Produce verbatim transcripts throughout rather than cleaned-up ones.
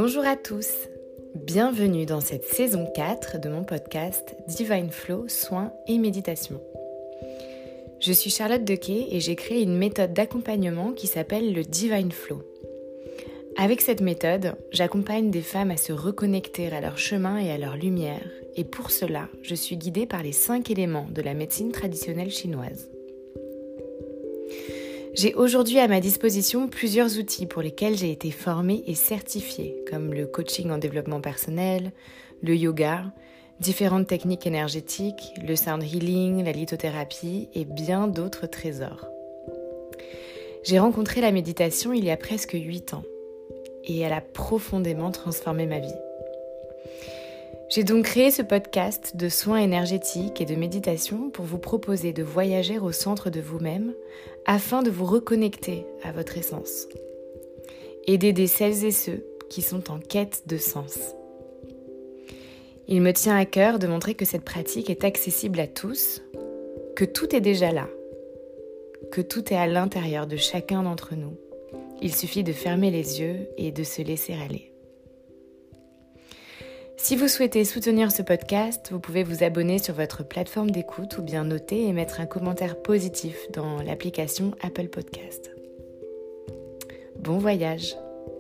Bonjour à tous, bienvenue dans cette saison quatre de mon podcast Divine Flow, soins et méditation. Je suis Charlotte Dequet et j'ai créé une méthode d'accompagnement qui s'appelle le Divine Flow. Avec cette méthode, j'accompagne des femmes à se reconnecter à leur chemin et à leur lumière, et pour cela, je suis guidée par les cinq éléments de la médecine traditionnelle chinoise. J'ai aujourd'hui à ma disposition plusieurs outils pour lesquels j'ai été formée et certifiée, comme le coaching en développement personnel, le yoga, différentes techniques énergétiques, le sound healing, la lithothérapie et bien d'autres trésors. J'ai rencontré la méditation il y a presque huit ans et elle a profondément transformé ma vie. J'ai donc créé ce podcast de soins énergétiques et de méditation pour vous proposer de voyager au centre de vous-même afin de vous reconnecter à votre essence et d'aider celles et ceux qui sont en quête de sens. Il me tient à cœur de montrer que cette pratique est accessible à tous, que tout est déjà là, que tout est à l'intérieur de chacun d'entre nous. Il suffit de fermer les yeux et de se laisser aller. Si vous souhaitez soutenir ce podcast, vous pouvez vous abonner sur votre plateforme d'écoute ou bien noter et mettre un commentaire positif dans l'application Apple Podcast. Bon voyage!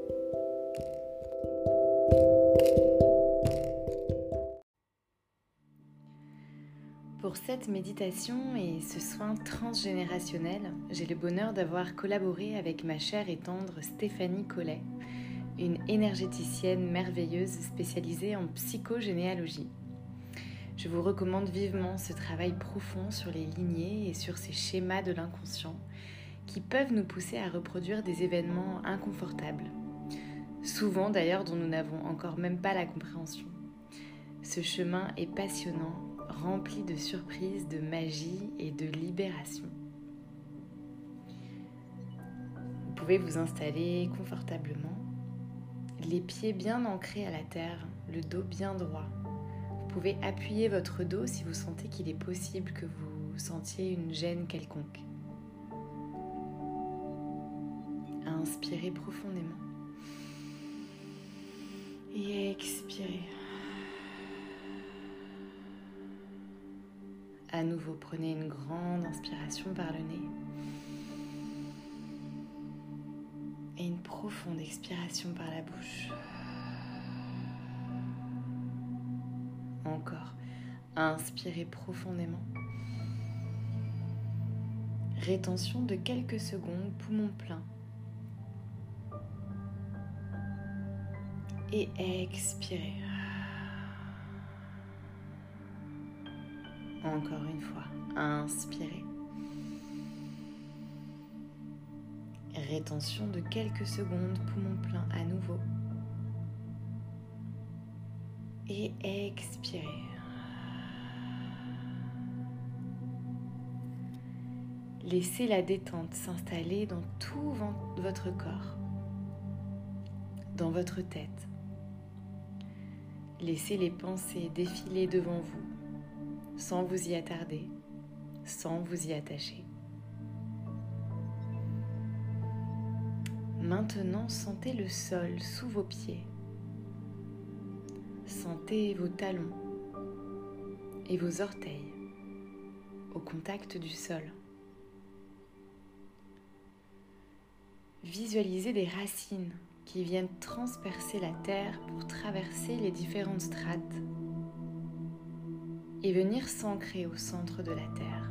Pour cette méditation et ce soin transgénérationnel, j'ai le bonheur d'avoir collaboré avec ma chère et tendre Stéphanie Collet, une énergéticienne merveilleuse spécialisée en psychogénéalogie. Je vous recommande vivement ce travail profond sur les lignées et sur ces schémas de l'inconscient qui peuvent nous pousser à reproduire des événements inconfortables, souvent d'ailleurs dont nous n'avons encore même pas la compréhension. Ce chemin est passionnant, rempli de surprises, de magie et de libération. Vous pouvez vous installer confortablement, les pieds bien ancrés à la terre, le dos bien droit. Vous pouvez appuyer votre dos si vous sentez qu'il est possible que vous sentiez une gêne quelconque. Inspirez profondément et expirez. À nouveau, prenez une grande inspiration par le nez et une profonde expiration par la bouche. Encore, inspirez profondément. Rétention de quelques secondes, poumon plein. Et expirez. Encore une fois, inspirez. Rétention de quelques secondes, poumon plein à nouveau. Et expirez. Laissez la détente s'installer dans tout votre corps, dans votre tête. Laissez les pensées défiler devant vous, sans vous y attarder, sans vous y attacher. Maintenant, sentez le sol sous vos pieds. Sentez vos talons et vos orteils au contact du sol. Visualisez des racines qui viennent transpercer la terre pour traverser les différentes strates et venir s'ancrer au centre de la terre.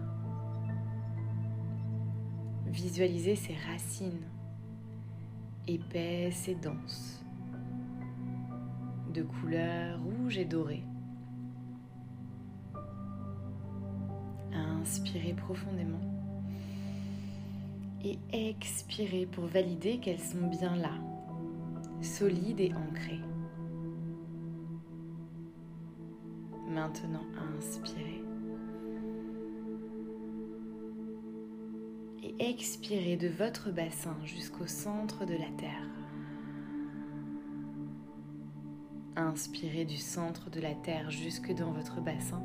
Visualisez ces racines épaisses et denses, de couleur rouge et dorée. Inspirez profondément et expirez pour valider qu'elles sont bien là, solides et ancrées. Maintenant, inspirez et expirez de votre bassin jusqu'au centre de la terre. Inspirez du centre de la terre jusque dans votre bassin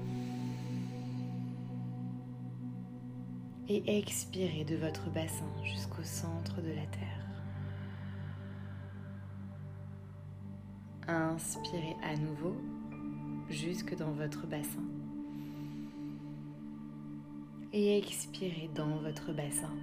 et expirez de votre bassin jusqu'au centre de la terre. Inspirez à nouveau jusque dans votre bassin. Et expirez dans votre bassin.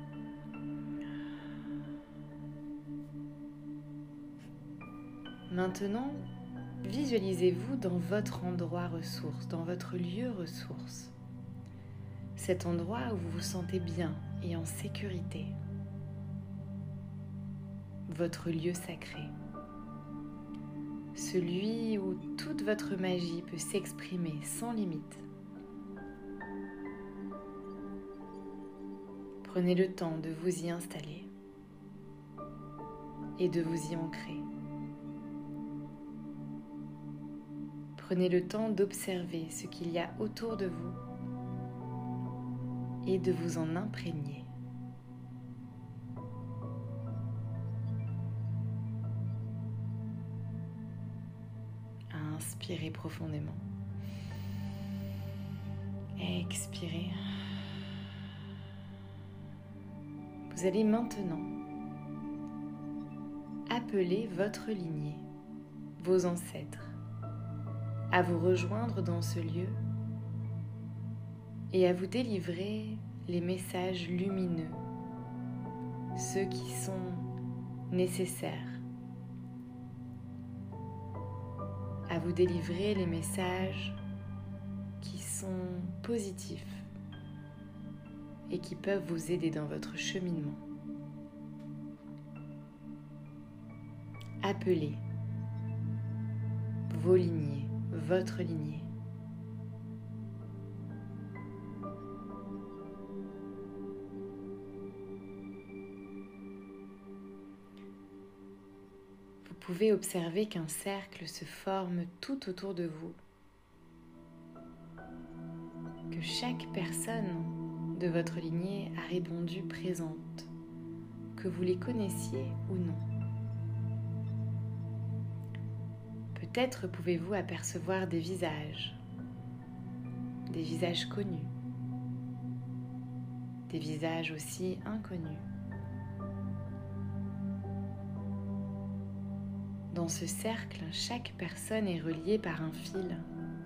Maintenant, visualisez-vous dans votre endroit ressource, dans votre lieu ressource. Cet endroit où vous vous sentez bien et en sécurité. Votre lieu sacré. Celui où toute votre magie peut s'exprimer sans limite. Prenez le temps de vous y installer et de vous y ancrer. Prenez le temps d'observer ce qu'il y a autour de vous et de vous en imprégner. Inspirez profondément. Expirez. Vous allez maintenant appeler votre lignée, vos ancêtres, à vous rejoindre dans ce lieu et à vous délivrer les messages lumineux, ceux qui sont nécessaires, à vous délivrer les messages qui sont positifs et qui peuvent vous aider dans votre cheminement. Appelez vos lignées, votre lignée. Vous pouvez observer qu'un cercle se forme tout autour de vous, que chaque personne de votre lignée a répondu présente, que vous les connaissiez ou non. Peut-être pouvez-vous apercevoir des visages, des visages connus, des visages aussi inconnus. Dans ce cercle, chaque personne est reliée par un fil.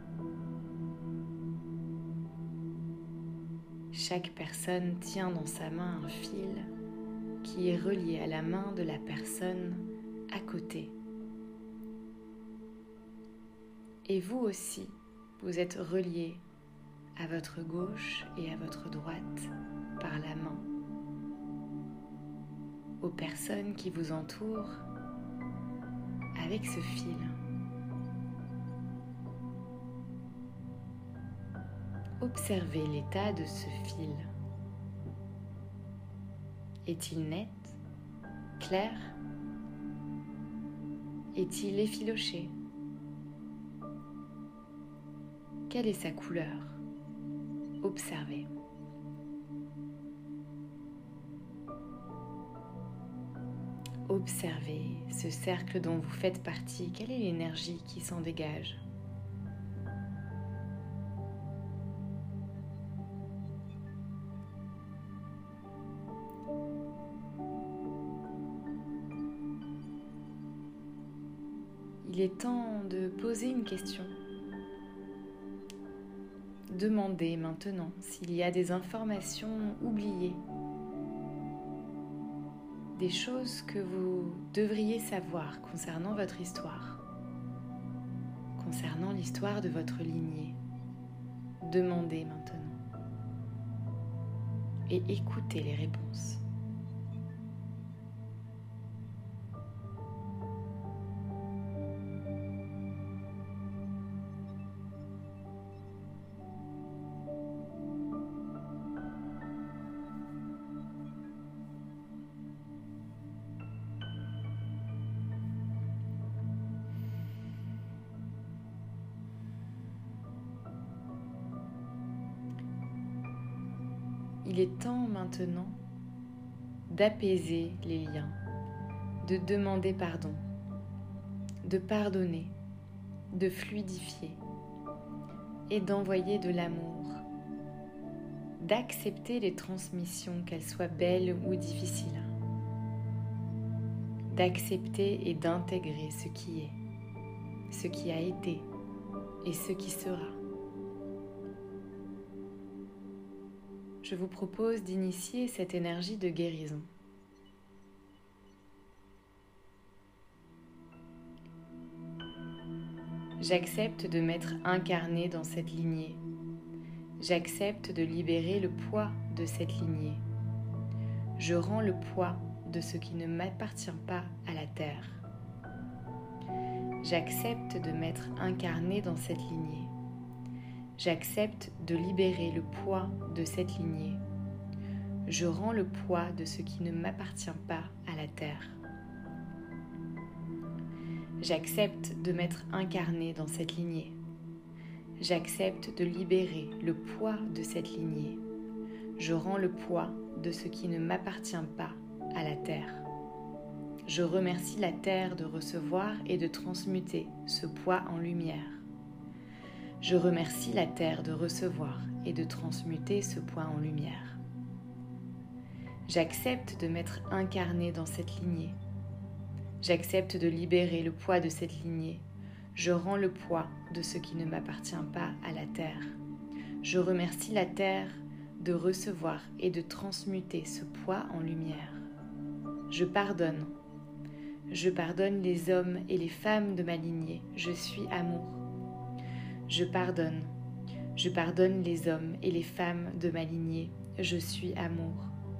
Chaque personne tient dans sa main un fil qui est relié à la main de la personne à côté. Et vous aussi, vous êtes reliés à votre gauche et à votre droite par la main, aux personnes qui vous entourent avec ce fil. Observez l'état de ce fil. Est-il net, clair? Est-il effiloché? Quelle est sa couleur? Observez. Observez ce cercle dont vous faites partie. Quelle est l'énergie qui s'en dégage? Il est temps de poser une question. Demandez maintenant s'il y a des informations oubliées, des choses que vous devriez savoir concernant votre histoire, concernant l'histoire de votre lignée. Demandez maintenant et écoutez les réponses. Il est temps maintenant d'apaiser les liens, de demander pardon, de pardonner, de fluidifier et d'envoyer de l'amour, d'accepter les transmissions, qu'elles soient belles ou difficiles, d'accepter et d'intégrer ce qui est. ce qui a été et ce qui sera. Je vous propose d'initier cette énergie de guérison. J'accepte de m'être incarné dans cette lignée. J'accepte de libérer le poids de cette lignée. Je rends le poids de ce qui ne m'appartient pas à la terre. J'accepte de m'être incarné dans cette lignée. J'accepte de libérer le poids de cette lignée. Je rends le poids de ce qui ne m'appartient pas à la terre. J'accepte de m'être incarné dans cette lignée. J'accepte de libérer le poids de cette lignée. Je rends le poids de ce qui ne m'appartient pas à la terre. Je remercie la terre de recevoir et de transmuter ce poids en lumière. Je remercie la terre de recevoir et de transmuter ce poids en lumière. J'accepte de m'être incarné dans cette lignée. J'accepte de libérer le poids de cette lignée. Je rends le poids de ce qui ne m'appartient pas à la terre. Je remercie la terre de recevoir et de transmuter ce poids en lumière. Je pardonne. Je pardonne les hommes et les femmes de ma lignée. Je suis amour. Je pardonne. Je pardonne les hommes et les femmes de ma lignée. Je suis amour.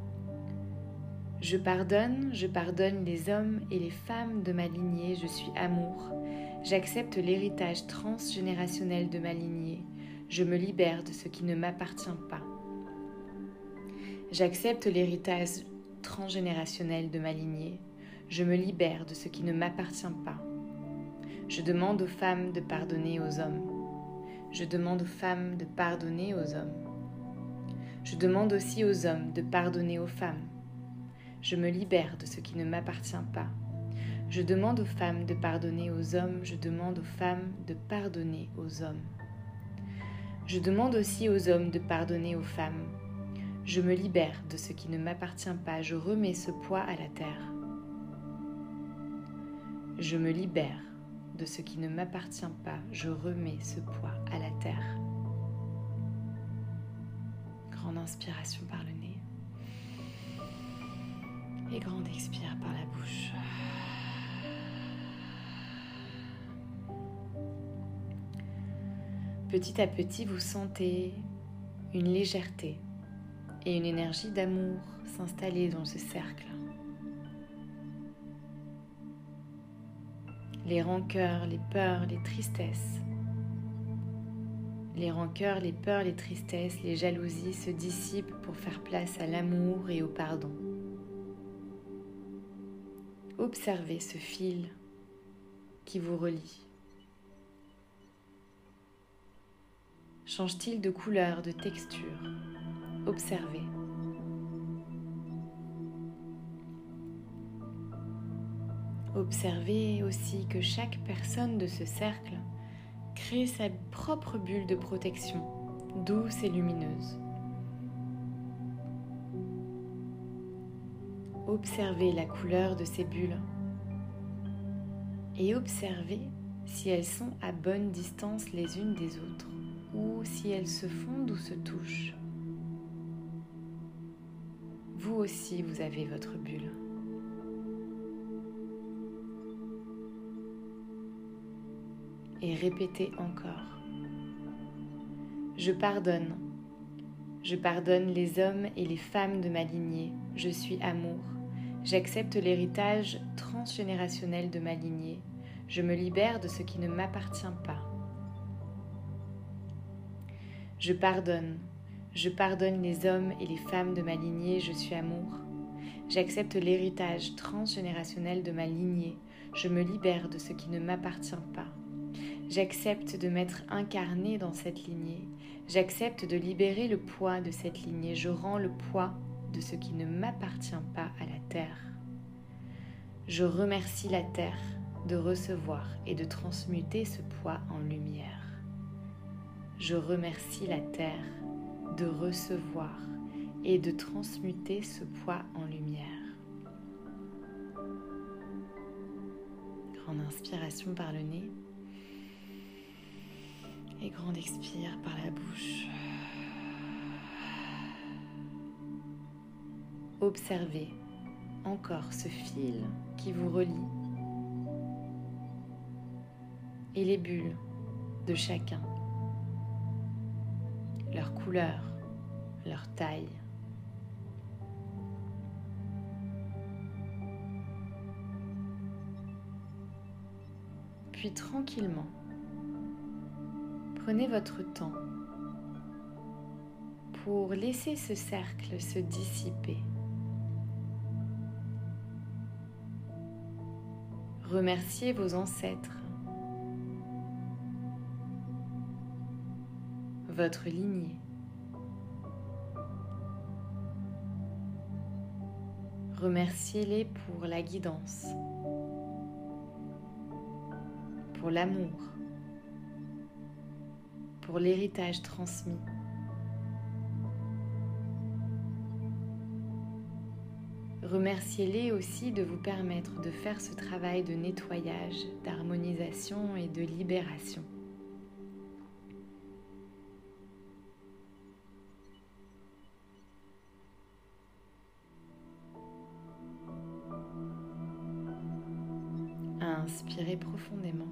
Je pardonne, je pardonne les hommes et les femmes de ma lignée. Je suis amour. J'accepte l'héritage transgénérationnel de ma lignée. Je me libère de ce qui ne m'appartient pas. J'accepte l'héritage transgénérationnel de ma lignée. Je me libère de ce qui ne m'appartient pas. Je demande aux femmes de pardonner aux hommes. Je demande aux femmes de pardonner aux hommes. Je demande aussi aux hommes de pardonner aux femmes. Je me libère de ce qui ne m'appartient pas. Je demande aux femmes de pardonner aux hommes. Je demande aux femmes de pardonner aux hommes. Je demande aussi aux hommes de pardonner aux femmes. Je me libère de ce qui ne m'appartient pas. Je remets ce poids à la terre. Je me libère de ce qui ne m'appartient pas. Je remets ce poids à la terre. Grande inspiration par le nez. Et grande expire par la bouche. Petit à petit, vous sentez une légèreté et une énergie d'amour s'installer dans ce cercle. Les rancœurs, les peurs, les tristesses, les rancœurs, les peurs, les tristesses, les jalousies se dissipent pour faire place à l'amour et au pardon. Observez ce fil qui vous relie. Change-t-il de couleur, de texture? Observez. Observez aussi que chaque personne de ce cercle crée sa propre bulle de protection, douce et lumineuse. Observez la couleur de ces bulles et observez si elles sont à bonne distance les unes des autres ou si elles se fondent ou se touchent. Vous aussi, vous avez votre bulle. Et répétez encore. Je pardonne. Je pardonne les hommes et les femmes de ma lignée. Je suis amour. J'accepte l'héritage transgénérationnel de ma lignée. Je me libère de ce qui ne m'appartient pas. Je pardonne. Je pardonne les hommes et les femmes de ma lignée. Je suis amour. J'accepte l'héritage transgénérationnel de ma lignée. Je me libère de ce qui ne m'appartient pas. J'accepte de m'être incarné dans cette lignée. J'accepte de libérer le poids de cette lignée. Je rends le poids de ce qui ne m'appartient pas à la terre. Je remercie la terre de recevoir et de transmuter ce poids en lumière. Je remercie la terre de recevoir et de transmuter ce poids en lumière. Grande inspiration par le nez. Et grand expire par la bouche. Observez encore ce fil qui vous relie et les bulles de chacun, leur couleur, leur taille. Puis tranquillement, prenez votre temps pour laisser ce cercle se dissiper. Remerciez vos ancêtres, votre lignée. Remerciez-les pour la guidance, pour l'amour, pour l'héritage transmis. Remerciez-les aussi de vous permettre de faire ce travail de nettoyage, d'harmonisation et de libération. Inspirez profondément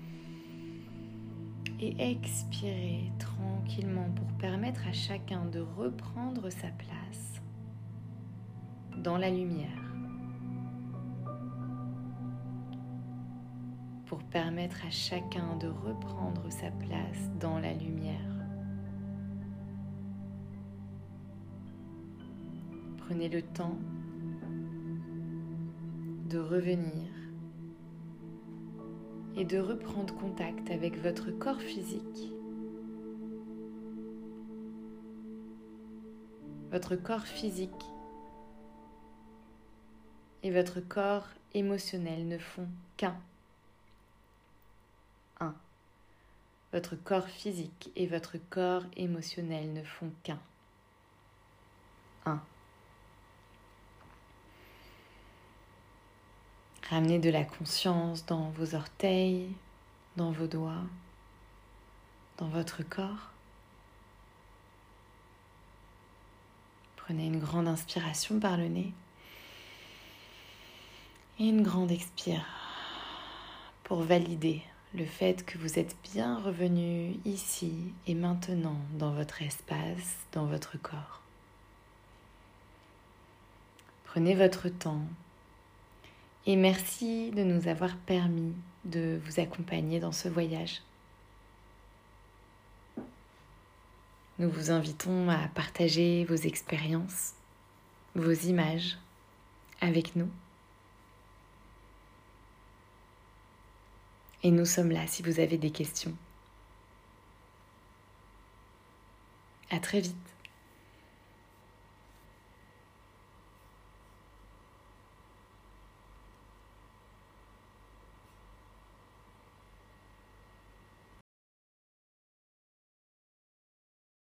et expirez tranquillement pour permettre à chacun de reprendre sa place dans la lumière, pour permettre à chacun de reprendre sa place dans la lumière. Prenez le temps de revenir et de reprendre contact avec votre corps physique. Votre corps physique et votre corps émotionnel ne font qu'un. Un. Votre corps physique et votre corps émotionnel ne font qu'un. Un. Ramenez de la conscience dans vos orteils, dans vos doigts, dans votre corps. Prenez une grande inspiration par le nez et une grande expire pour valider le fait que vous êtes bien revenu ici et maintenant dans votre espace, dans votre corps. Prenez votre temps. Et merci de nous avoir permis de vous accompagner dans ce voyage. Nous vous invitons à partager vos expériences, vos images avec nous. Et nous sommes là si vous avez des questions. À très vite.